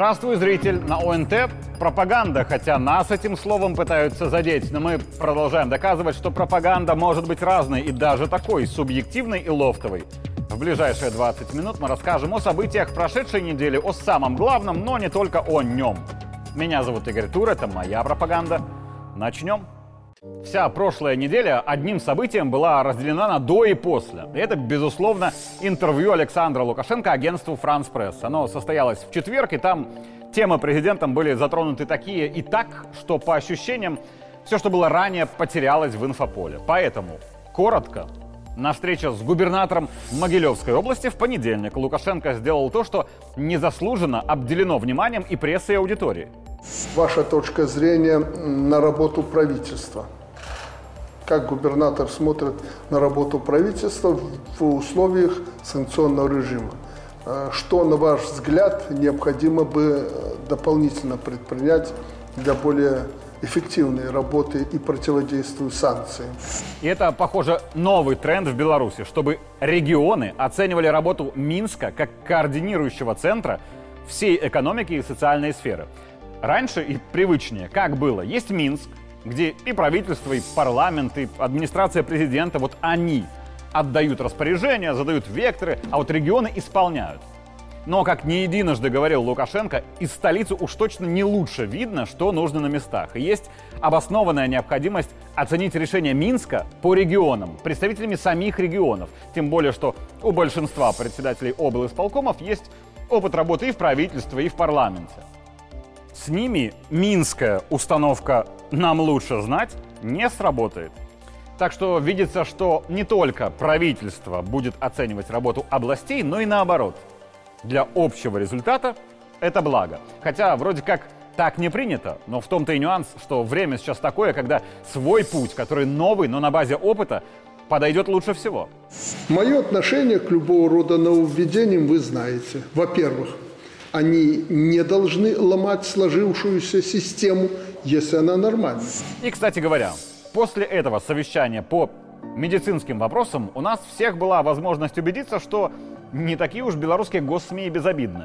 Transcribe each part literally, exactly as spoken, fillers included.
Здравствуй, зритель! На ОНТ пропаганда, хотя нас этим словом пытаются задеть, но мы продолжаем доказывать, что пропаганда может быть разной и даже такой, субъективной и лофтовой. В ближайшие двадцать минут мы расскажем о событиях прошедшей недели, о самом главном, но не только о нем. Меня зовут Игорь Тур, это моя пропаганда. Начнем. Вся прошлая неделя одним событием была разделена на до и после. И это, безусловно, интервью Александра Лукашенко агентству «Франс Пресс». Оно состоялось в четверг, и там темы президентом были затронуты такие и так, что, по ощущениям, все, что было ранее, потерялось в инфополе. Поэтому, коротко, на встрече с губернатором Могилевской области в понедельник Лукашенко сделал то, что незаслуженно обделено вниманием и прессы, и аудитории. Ваша точка зрения на работу правительства. Как губернатор смотрит на работу правительства в условиях санкционного режима? Что, на ваш взгляд, необходимо бы дополнительно предпринять для более эффективной работы и противодействия санкциям? И это, похоже, новый тренд в Беларуси, чтобы регионы оценивали работу Минска как координирующего центра всей экономики и социальной сферы. Раньше и привычнее, как было, есть Минск, где и правительство, и парламент, и администрация президента, вот они отдают распоряжения, задают векторы, а вот регионы исполняют. Но, как не единожды говорил Лукашенко, из столицы уж точно не лучше видно, что нужно на местах. И есть обоснованная необходимость оценить решение Минска по регионам, представителями самих регионов. Тем более, что у большинства председателей облисполкомов есть опыт работы и в правительстве, и в парламенте. С ними минская установка «нам лучше знать» не сработает. Так что видится, что не только правительство будет оценивать работу областей, но и наоборот. Для общего результата это благо. Хотя вроде как так не принято, но в том-то и нюанс, что время сейчас такое, когда свой путь, который новый, но на базе опыта, подойдет лучше всего. Мое отношение к любого рода нововведениям вы знаете. Во-первых, они не должны ломать сложившуюся систему, если она нормальная. И, кстати говоря, после этого совещания по медицинским вопросам у нас всех была возможность убедиться, что не такие уж белорусские госсми безобидные.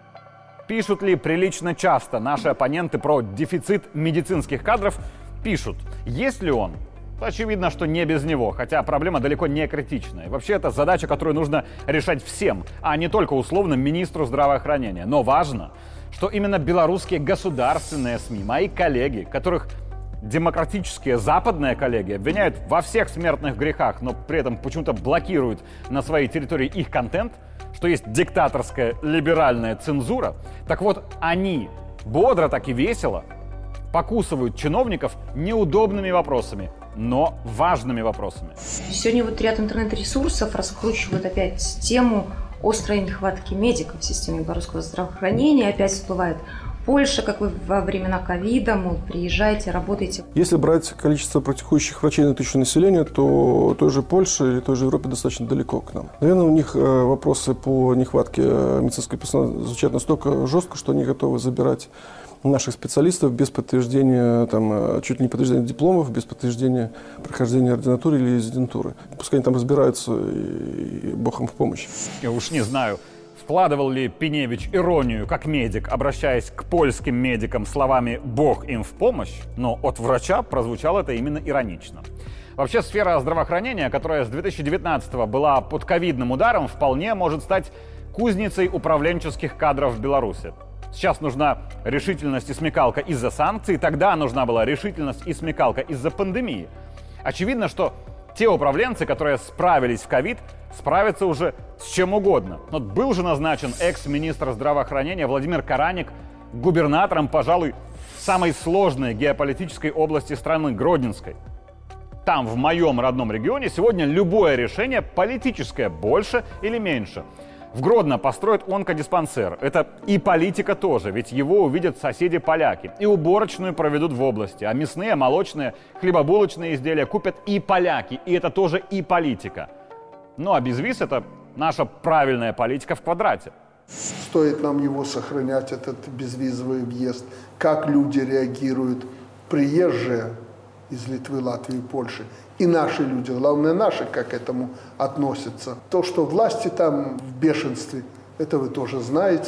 Пишут ли прилично часто наши оппоненты про дефицит медицинских кадров? Пишут. Есть ли он? Очевидно, что не без него, хотя проблема далеко не критичная. Вообще, это задача, которую нужно решать всем, а не только условно министру здравоохранения. Но важно, что именно белорусские государственные СМИ, мои коллеги, которых демократические западные коллеги обвиняют во всех смертных грехах, но при этом почему-то блокируют на своей территории их контент, что есть диктаторская либеральная цензура, так вот они бодро, так и весело покусывают чиновников неудобными вопросами, но важными вопросами. Сегодня вот ряд интернет-ресурсов раскручивают опять тему острой нехватки медиков в системе белорусского здравоохранения. Опять всплывает Польша, как вы во времена ковида, мол, приезжайте, работайте. Если брать количество практикующих врачей на тысячу населения, то той же Польше или той же Европе достаточно далеко к нам. Наверное, у них вопросы по нехватке медицинского персонала звучат настолько жестко, что они готовы забирать наших специалистов без подтверждения, там, чуть ли не подтверждения дипломов, без подтверждения прохождения ординатуры или резидентуры. Пускай они там разбираются, и, и Бог им в помощь. Я уж не знаю, вкладывал ли Пиневич иронию как медик, обращаясь к польским медикам словами «Бог им в помощь», но от врача прозвучало это именно иронично. Вообще, сфера здравоохранения, которая с две тысячи девятнадцатого была под ковидным ударом, вполне может стать кузницей управленческих кадров в Беларуси. Сейчас нужна решительность и смекалка из-за санкций, тогда нужна была решительность и смекалка из-за пандемии. Очевидно, что те управленцы, которые справились в ковид, справятся уже с чем угодно. Но был же назначен экс-министр здравоохранения Владимир Караник губернатором, пожалуй, самой сложной геополитической области страны, Гродненской. Там, в моем родном регионе, сегодня любое решение политическое, больше или меньше. В Гродно построят онкодиспансер. Это и политика тоже, ведь его увидят соседи-поляки. И уборочную проведут в области. А мясные, молочные, хлебобулочные изделия купят и поляки. И это тоже и политика. Ну а безвиз — это наша правильная политика в квадрате. Стоит нам его сохранять, этот безвизовый въезд. Как люди реагируют, приезжие из Литвы, Латвии, Польши. И наши люди, главное наши, как к этому относятся. То, что власти там в бешенстве, это вы тоже знаете.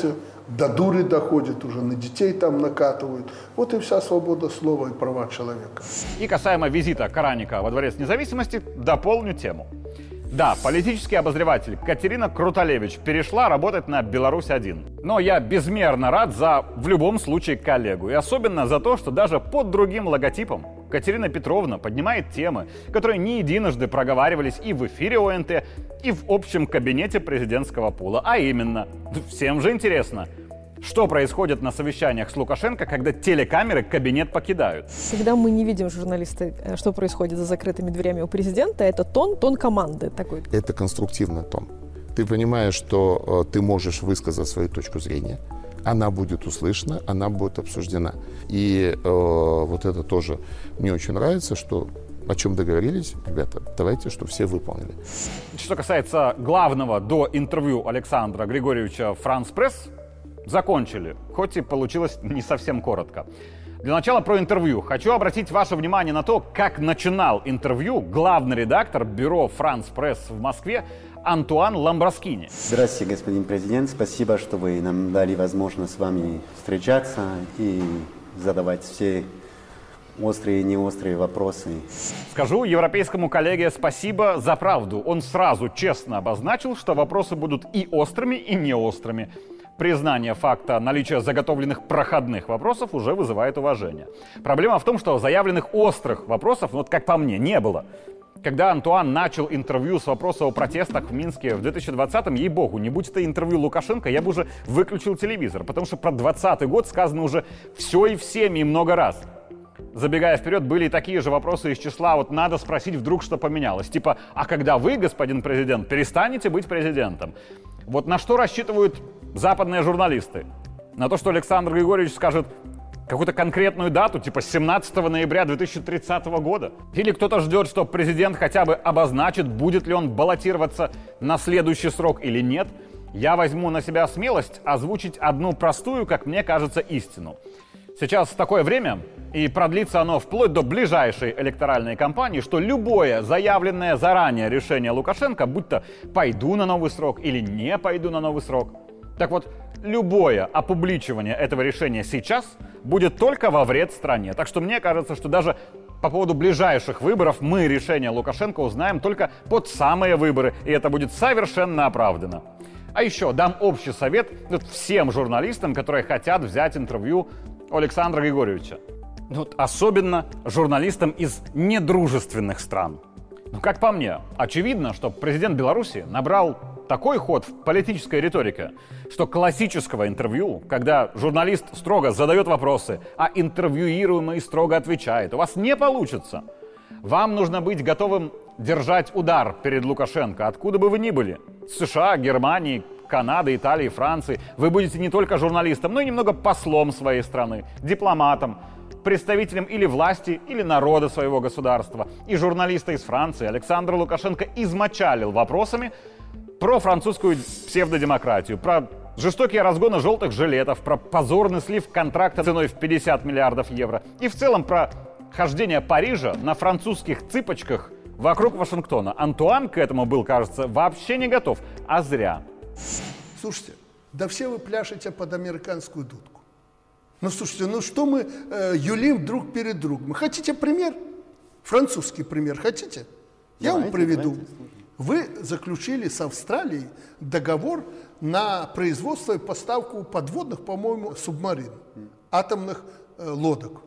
до дури доходит, уже на детей там накатывают. Вот и вся свобода слова и права человека. И касаемо визита Караника во Дворец независимости, дополню тему. Да, политический обозреватель Катерина Круталевич перешла работать на Беларусь один. Но я безмерно рад за, в любом случае, коллегу. И особенно за то, что даже под другим логотипом Катерина Петровна поднимает темы, которые не единожды проговаривались и в эфире О Н Т, и в общем кабинете президентского пула. А именно, всем же интересно, что происходит на совещаниях с Лукашенко, когда телекамеры кабинет покидают? Когда мы не видим журналисты, что происходит за закрытыми дверями у президента, это тон, тон команды такой. Это конструктивный тон. Ты понимаешь, что э, ты можешь высказать свою точку зрения. Она будет услышана, она будет обсуждена. И э, вот это тоже мне очень нравится, что о чем договорились, ребята, давайте, что все выполнили. Что касается главного до интервью Александра Григорьевича «Франс Пресс», закончили, хоть и получилось не совсем коротко. Для начала про интервью. Хочу обратить ваше внимание на то, как начинал интервью главный редактор бюро «Франс Пресс» в Москве Антуан Ламброскини. Здравствуйте, господин президент. Спасибо, что вы нам дали возможность с вами встречаться и задавать все острые и неострые вопросы. Скажу европейскому коллеге спасибо за правду. Он сразу честно обозначил, что вопросы будут и острыми, и неострыми. Признание факта наличия заготовленных проходных вопросов уже вызывает уважение. Проблема в том, что заявленных острых вопросов, вот как по мне, не было. Когда Антуан начал интервью с вопроса о протестах в Минске в две тысячи двадцатом, ей-богу, не будь это интервью Лукашенко, я бы уже выключил телевизор, потому что про двадцатый год сказано уже все и всеми и много раз. Забегая вперед, были и такие же вопросы из числа «вот надо спросить, вдруг что поменялось». Типа «а когда вы, господин президент, перестанете быть президентом?» Вот на что рассчитывают западные журналисты? На то, что Александр Григорьевич скажет какую-то конкретную дату, типа семнадцатого ноября две тысячи тридцатого года? Или кто-то ждет, что президент хотя бы обозначит, будет ли он баллотироваться на следующий срок или нет? Я возьму на себя смелость озвучить одну простую, как мне кажется, истину. Сейчас такое время, и продлится оно вплоть до ближайшей электоральной кампании, что любое заявленное заранее решение Лукашенко, будь то «пойду на новый срок» или «не пойду на новый срок», так вот, любое опубличивание этого решения сейчас будет только во вред стране. Так что мне кажется, что даже по поводу ближайших выборов мы решение Лукашенко узнаем только под самые выборы, и это будет совершенно оправдано. А еще дам общий совет всем журналистам, которые хотят взять интервью у Александра Григорьевича. Вот особенно журналистам из недружественных стран. Ну, как по мне, очевидно, что президент Беларуси набрал такой ход в политической риторике, что классического интервью, когда журналист строго задает вопросы, а интервьюируемый строго отвечает, у вас не получится. Вам нужно быть готовым держать удар перед Лукашенко, откуда бы вы ни были. США, Германии, Канады, Италии, Франции. Вы будете не только журналистом, но и немного послом своей страны, дипломатом, представителем или власти, или народа своего государства. И журналиста из Франции Александр Лукашенко измочалил вопросами про французскую псевдодемократию, про жестокие разгоны желтых жилетов, про позорный слив контракта ценой в пятьдесят миллиардов евро и в целом про хождение Парижа на французских цыпочках вокруг Вашингтона. Антуан к этому был, кажется, вообще не готов, а зря. Слушайте, да все вы пляшете под американскую дудку. Ну, слушайте, ну что мы э, юлим друг перед другом? Хотите пример? Французский пример хотите? Я давайте, вам приведу. Давайте. Вы заключили с Австралией договор на производство и поставку подводных, по-моему, субмарин, атомных э, лодок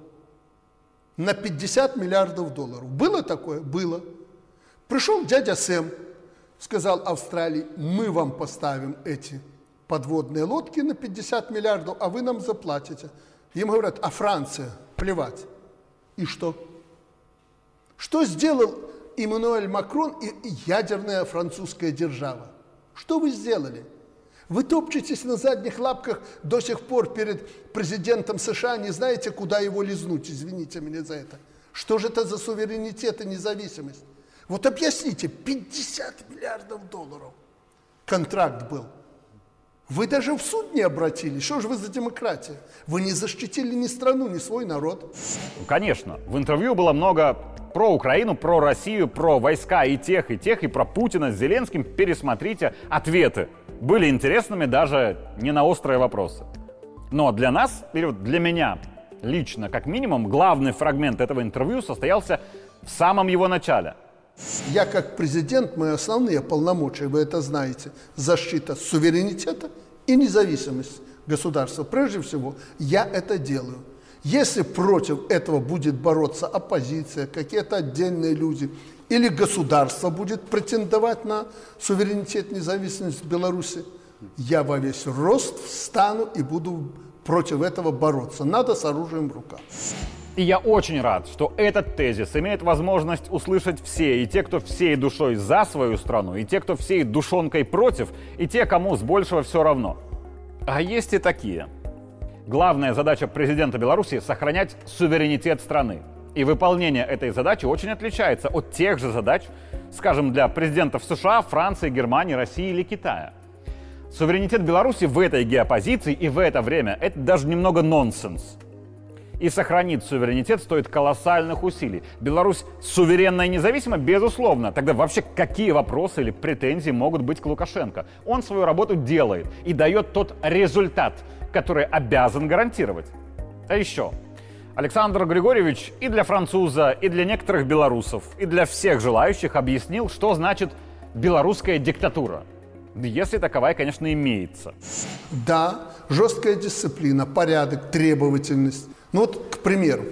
на пятьдесят миллиардов долларов. Было такое? Было. Пришел дядя Сэм, сказал Австралии: мы вам поставим эти подводные лодки на пятьдесят миллиардов, а вы нам заплатите. Им говорят: а Франция? Плевать. И что? Что сделал Эммануэль Макрон и ядерная французская держава? Что вы сделали? Вы топчетесь на задних лапках до сих пор перед президентом США, не знаете, куда его лизнуть, извините меня за это. Что же это за суверенитет и независимость? Вот объясните, пятьдесят миллиардов долларов контракт был. Вы даже в суд не обратились. Что же вы за демократия? Вы не защитили ни страну, ни свой народ. Конечно, в интервью было много про Украину, про Россию, про войска и тех, и тех, и про Путина с Зеленским. Пересмотрите, ответы были интересными даже не на острые вопросы. Но для нас, или вот для меня лично, как минимум, главный фрагмент этого интервью состоялся в самом его начале. Я как президент, мои основные полномочия, вы это знаете, защита суверенитета и независимость государства. Прежде всего, я это делаю. Если против этого будет бороться оппозиция, какие-то отдельные люди, или государство будет претендовать на суверенитет, независимость Беларуси, я во весь рост встану и буду против этого бороться. Надо с оружием в руках. И я очень рад, что этот тезис имеет возможность услышать все, и те, кто всей душой за свою страну, и те, кто всей душонкой против, и те, кому с большего все равно. А есть и такие. Главная задача президента Беларуси – сохранять суверенитет страны. И выполнение этой задачи очень отличается от тех же задач, скажем, для президентов США, Франции, Германии, России или Китая. Суверенитет Беларуси в этой геопозиции и в это время – это даже немного нонсенс. И сохранить суверенитет стоит колоссальных усилий. Беларусь суверенна и независима, безусловно. Тогда вообще какие вопросы или претензии могут быть к Лукашенко? Он свою работу делает и дает тот результат, который обязан гарантировать. А еще Александр Григорьевич и для француза, и для некоторых белорусов, и для всех желающих объяснил, что значит белорусская диктатура. Если таковая, конечно, имеется. Да, жесткая дисциплина, порядок, требовательность. Ну вот, к примеру,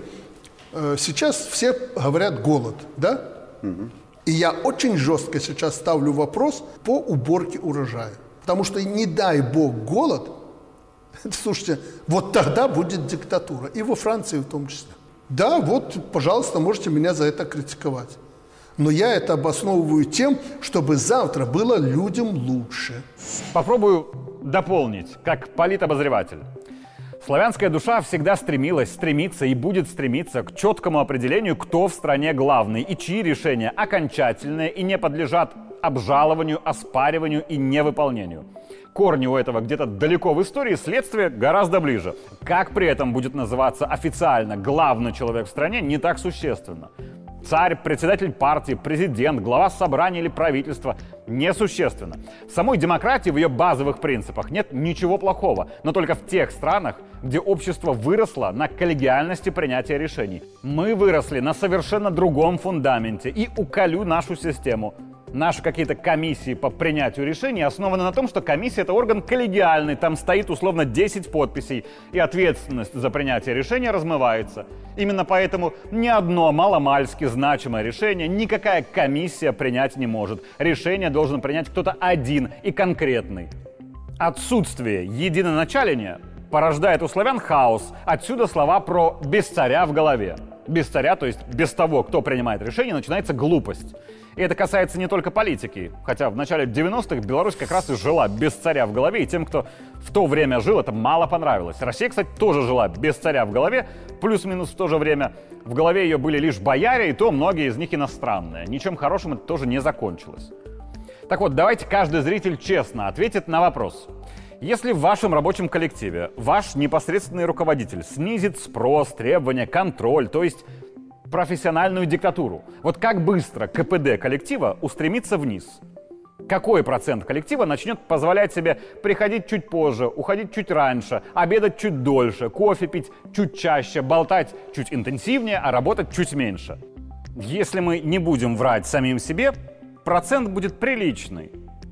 сейчас все говорят голод, да? Угу. И я очень жестко сейчас ставлю вопрос по уборке урожая. Потому что не дай бог голод, слушайте, вот тогда будет диктатура. И во Франции в том числе. Да, вот, пожалуйста, можете меня за это критиковать. Но я это обосновываю тем, чтобы завтра было людям лучше. Попробую дополнить, как политобозреватель. Славянская душа всегда стремилась, стремится и будет стремиться к четкому определению, кто в стране главный и чьи решения окончательные и не подлежат обжалованию, оспариванию и невыполнению. Корни у этого где-то далеко в истории, следствие гораздо ближе. Как при этом будет называться официально главный человек в стране, не так существенно. Царь, председатель партии, президент, глава собрания или правительства – несущественно. В самой демократии, в ее базовых принципах нет ничего плохого, но только в тех странах, где общество выросло на коллегиальности принятия решений. Мы выросли на совершенно другом фундаменте и уколю нашу систему. Наши какие-то комиссии по принятию решений основаны на том, что комиссия – это орган коллегиальный, там стоит условно десять подписей, и ответственность за принятие решения размывается. Именно поэтому ни одно маломальски значимое решение никакая комиссия принять не может. Решение должен принять кто-то один и конкретный. Отсутствие единоначаления порождает у славян хаос. Отсюда слова про «без царя в голове». Без царя, то есть без того, кто принимает решение, начинается глупость. И это касается не только политики, хотя в начале девяностых Беларусь как раз и жила без царя в голове, и тем, кто в то время жил, это мало понравилось. Россия, кстати, тоже жила без царя в голове, плюс-минус в то же время. В голове ее были лишь бояре, и то многие из них иностранные. Ничем хорошим это тоже не закончилось. Так вот, давайте каждый зритель честно ответит на вопрос. Если в вашем рабочем коллективе ваш непосредственный руководитель снизит спрос, требования, контроль, то есть профессиональную диктатуру, вот как быстро ка пэ дэ коллектива устремится вниз? Какой процент коллектива начнет позволять себе приходить чуть позже, уходить чуть раньше, обедать чуть дольше, кофе пить чуть чаще, болтать чуть интенсивнее, а работать чуть меньше? Если мы не будем врать самим себе, процент будет приличный.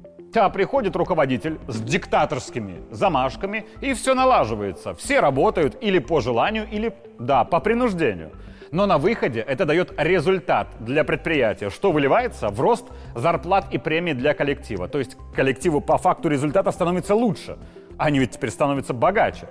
А приходит руководитель с диктаторскими замашками, и все налаживается. Все работают или по желанию, или, да, по принуждению. Но на выходе это дает результат для предприятия, что выливается в рост зарплат и премий для коллектива. То есть коллективу по факту результата становится лучше. Они ведь теперь становятся богаче.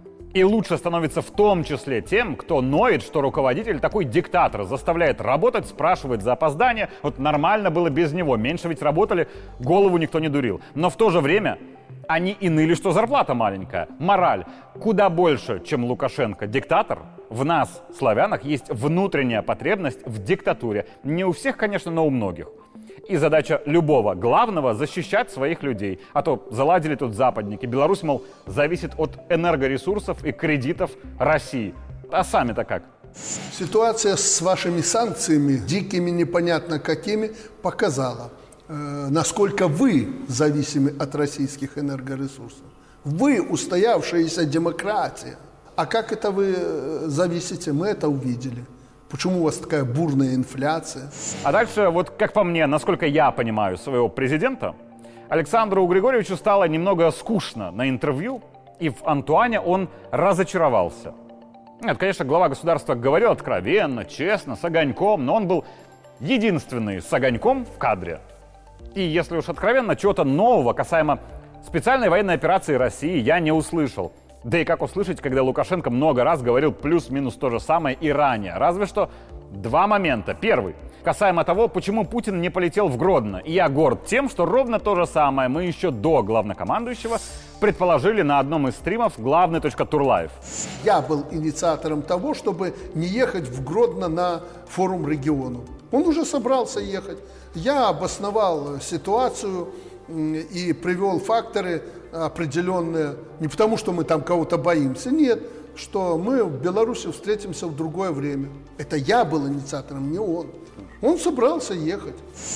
И лучше становится в том числе тем, кто ноет, что руководитель такой диктатор, заставляет работать, спрашивает за опоздание. Вот нормально было без него, меньше ведь работали, голову никто не дурил. Но в то же время они и ныли, что зарплата маленькая. Мораль. Куда больше, чем Лукашенко диктатор, в нас, славянах, есть внутренняя потребность в диктатуре. Не у всех, конечно, но у многих. И задача любого главного – защищать своих людей. А то заладили тут западники. Беларусь, мол, зависит от энергоресурсов и кредитов России. А сами-то как? Ситуация с вашими санкциями, дикими, непонятно какими, показала, э, насколько вы зависимы от российских энергоресурсов. Вы устоявшаяся демократия. А как это вы зависите, мы это увидели. Почему у вас такая бурная инфляция? А дальше, вот как по мне, насколько я понимаю своего президента, Александру Григорьевичу стало немного скучно на интервью, и в Антуане он разочаровался. Нет, конечно, глава государства говорил откровенно, честно, с огоньком, но он был единственный с огоньком в кадре. И если уж откровенно, чего-то нового касаемо специальной военной операции России я не услышал. Да и как услышать, когда Лукашенко много раз говорил плюс-минус то же самое и ранее. Разве что два момента. Первый. Касаемо того, почему Путин не полетел в Гродно. И я горд тем, что ровно то же самое мы еще до главнокомандующего предположили на одном из стримов главный точка турлайв. Я был инициатором того, чтобы не ехать в Гродно на форум региону. Он уже собрался ехать. Я обосновал ситуацию и привел факторы определенные, не потому что мы там кого-то боимся, нет, что мы в Беларуси встретимся в другое время. Это я был инициатором, не он. Он собрался ехать.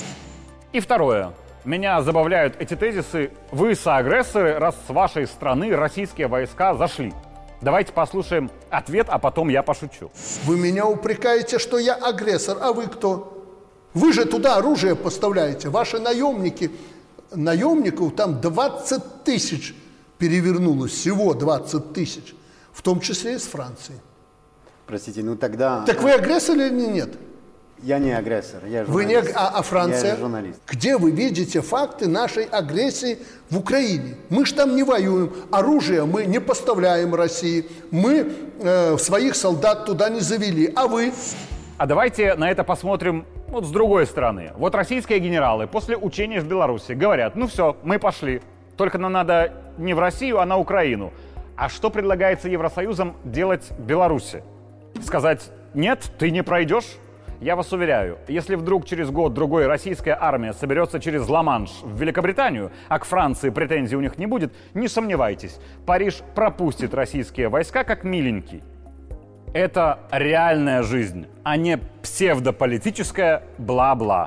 И второе. Меня забавляют эти тезисы. Вы соагрессоры, раз с вашей страны российские войска зашли. Давайте послушаем ответ, а потом я пошучу. Вы меня упрекаете, что я агрессор, а вы кто? Вы же туда оружие поставляете, ваши наемники. Наемников там двадцать тысяч перевернулось, всего двадцать тысяч, в том числе из Франции. Простите, ну тогда... Так вы агрессор или нет? Я не агрессор, я журналист. Вы не, а, а Франция? Я журналист. Где вы видите факты нашей агрессии в Украине? Мы ж там не воюем, оружие мы не поставляем России, мы э, своих солдат туда не завели, а вы? А давайте на это посмотрим вот с другой стороны. Вот российские генералы после учения в Беларуси говорят, ну все, мы пошли, только нам надо не в Россию, а на Украину. А что предлагается Евросоюзом делать Беларуси? Сказать, нет, ты не пройдешь? Я вас уверяю, если вдруг через год-другой российская армия соберется через Ла-Манш в Великобританию, а к Франции претензий у них не будет, не сомневайтесь, Париж пропустит российские войска как миленький. Это реальная жизнь, а не псевдополитическая бла-бла.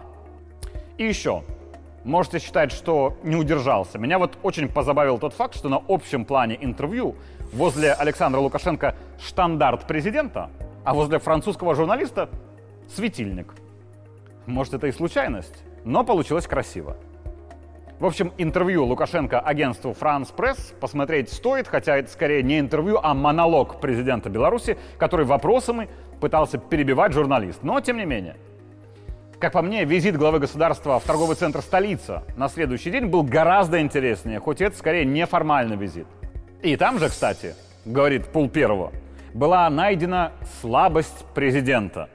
И еще, можете считать, что не удержался. Меня вот очень позабавил тот факт, что на общем плане интервью возле Александра Лукашенко штандарт президента, а возле французского журналиста светильник. Может, это и случайность, но получилось красиво. В общем, интервью Лукашенко агентству «Франс Пресс» посмотреть стоит, хотя это скорее не интервью, а монолог президента Беларуси, который вопросами пытался перебивать журналист. Но, тем не менее, как по мне, визит главы государства в торговый центр «Столица» на следующий день был гораздо интереснее, хоть это скорее неформальный визит. И там же, кстати, говорит пул первого, была найдена слабость президента.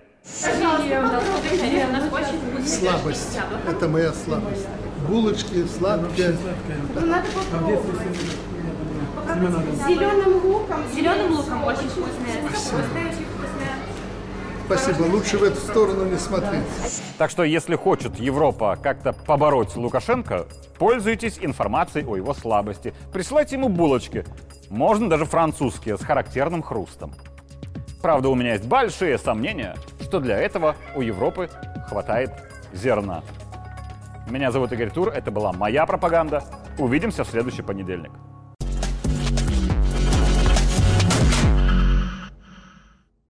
Слабость. Это моя слабость. Булочки сладкие. Ну, надо попробовать. С зеленым луком. С зеленым луком очень вкусная. Настоящая вкусная. Спасибо. Лучше в эту сторону не смотреть. Так что, если хочет Европа как-то побороть Лукашенко, пользуйтесь информацией о его слабости. Присылайте ему булочки. Можно даже французские, с характерным хрустом. Правда, у меня есть большие сомнения, что для этого у Европы хватает зерна. Меня зовут Игорь Тур, это была моя пропаганда. Увидимся в следующий понедельник.